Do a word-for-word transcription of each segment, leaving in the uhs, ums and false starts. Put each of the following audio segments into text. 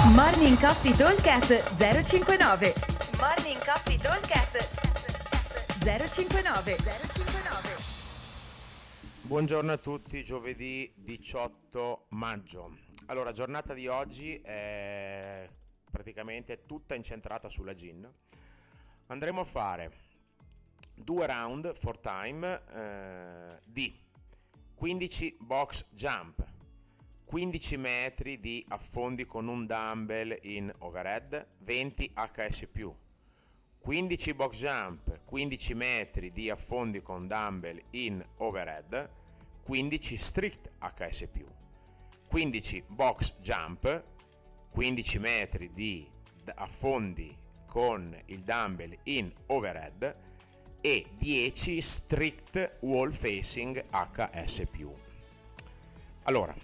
Morning Coffee Talkcast zero cinquantanove. Morning Coffee Talkcast zero cinquantanove. Buongiorno a tutti, giovedì diciotto maggio. Allora, giornata di oggi è praticamente tutta incentrata sulla gin. Andremo a fare due round for time eh, di quindici box jump, quindici metri di affondi con un dumbbell in overhead, venti H S più, quindici box jump, quindici metri di affondi con dumbbell in overhead, quindici strict H S più, quindici box jump, quindici metri di affondi con il dumbbell in overhead e dieci strict wall facing H S più. Allora,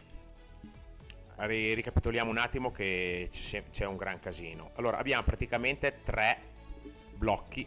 ricapitoliamo un attimo che c'è un gran casino. Allora, abbiamo praticamente tre blocchi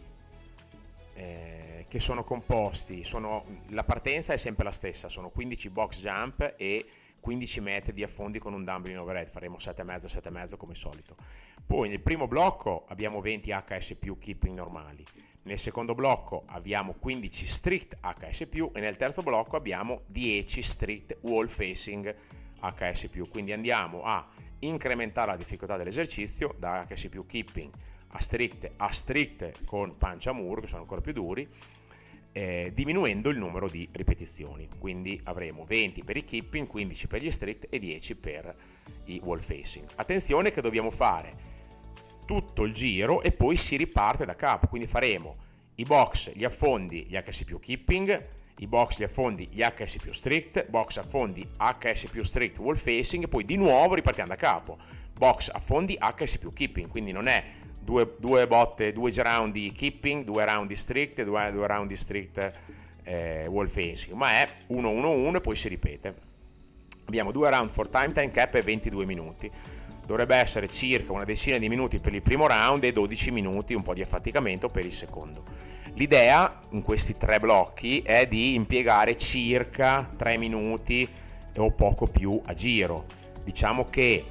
eh, che sono composti, sono, la partenza è sempre la stessa, sono quindici box jump e quindici metri di affondi con un dumbbell in overhead, faremo sette e mezzo, sette e mezzo come solito. Poi nel primo blocco abbiamo venti H S più keeping normali, nel secondo blocco abbiamo quindici strict H S più e nel terzo blocco abbiamo dieci strict wall facing H S più, quindi andiamo a incrementare la difficoltà dell'esercizio da H S più keeping a strict a strict con pancia mur, che sono ancora più duri, eh, diminuendo il numero di ripetizioni. Quindi avremo venti per i keeping, quindici per gli strict e dieci per i wall facing. Attenzione che dobbiamo fare tutto il giro e poi si riparte da capo, quindi faremo i box, gli affondi, gli H S più keeping, i box, gli affondi, gli H S più strict, box, affondi, H S più strict, wall facing, e poi di nuovo ripartiamo da capo, box, affondi, H S più keeping. Quindi non è due, due botte, due round di keeping, due round di strict, due, due round di strict eh, wall facing, ma è uno uno uno e poi si ripete. Abbiamo due round for time, time cap è ventidue minuti. Dovrebbe essere circa una decina di minuti per il primo round e dodici minuti, un po' di affaticamento, per il secondo. L'idea in questi tre blocchi è di impiegare circa tre minuti o poco più a giro. Diciamo che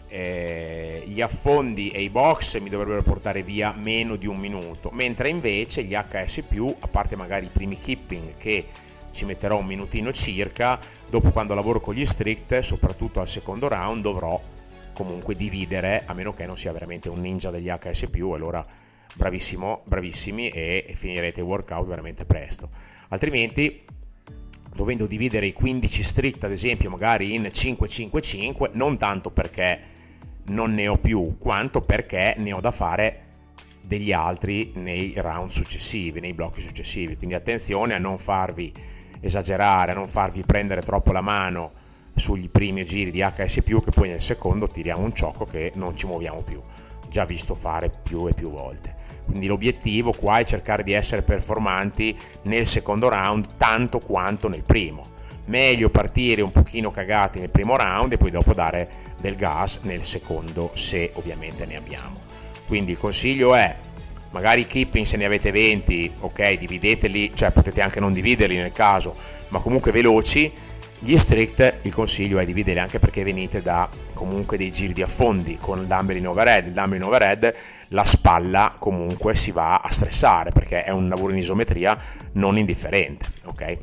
eh, gli affondi e i box mi dovrebbero portare via meno di un minuto, mentre invece gli H S più, a parte magari i primi keeping che ci metterò un minutino circa, dopo quando lavoro con gli strict, soprattutto al secondo round, dovrò comunque dividere, a meno che non sia veramente un ninja degli H S più, allora bravissimo, bravissimi e, e finirete il workout veramente presto. Altrimenti, dovendo dividere i quindici strict ad esempio magari in cinque cinque cinque, non tanto perché non ne ho più, quanto perché ne ho da fare degli altri nei round successivi, nei blocchi successivi. Quindi attenzione a non farvi esagerare, a non farvi prendere troppo la mano sugli primi giri di H S più, che poi nel secondo tiriamo un ciocco che non ci muoviamo più, già visto fare più e più volte. Quindi l'obiettivo qua è cercare di essere performanti nel secondo round tanto quanto nel primo. Meglio partire un pochino cagati nel primo round e poi dopo dare del gas nel secondo, se ovviamente ne abbiamo. Quindi il consiglio è, magari i keeping se ne avete venti, ok, divideteli, cioè potete anche non dividerli nel caso, ma comunque veloci. Gli strict il consiglio è dividere, anche perché venite da comunque dei giri di affondi con il dumbbell in overhead. Il dumbbell in overhead, la spalla comunque si va a stressare perché è un lavoro in isometria non indifferente, ok?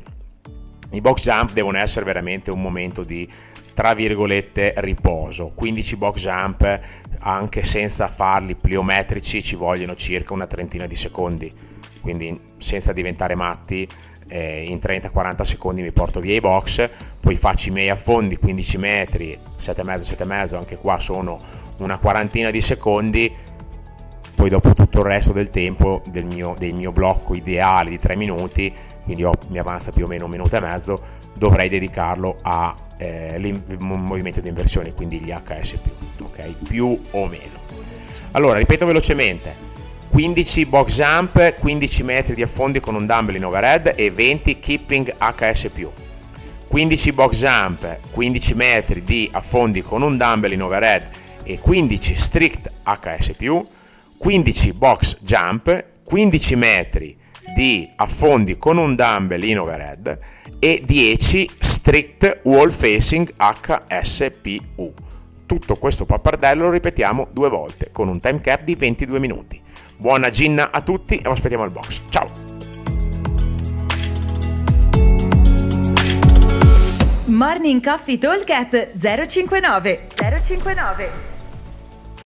I box jump devono essere veramente un momento di, tra virgolette, riposo. quindici box jump, anche senza farli pliometrici, ci vogliono circa una trentina di secondi, quindi senza diventare matti, in trenta quaranta secondi mi porto via i box, poi faccio i miei affondi quindici metri, sette e mezzo, sette e mezzo, anche qua sono una quarantina di secondi, poi dopo tutto il resto del tempo del mio, del mio blocco ideale di tre minuti, quindi ho, mi avanza più o meno un minuto e mezzo, dovrei dedicarlo a eh, movimento di inversione, quindi gli H S più, ok, più o meno. Allora, ripeto velocemente: quindici box jump, quindici metri di affondi con un dumbbell in overhead e venti keeping H S più, quindici box jump, quindici metri di affondi con un dumbbell in overhead e quindici strict H S più, quindici box jump, quindici metri di affondi con un dumbbell in overhead e dieci strict wall facing H S P U. tutto questo pappardello lo ripetiamo due volte con un time cap di ventidue minuti. Buona ginna a tutti e vi aspettiamo al box. Ciao! Morning Coffee Talk at zero cinquantanove zero cinquantanove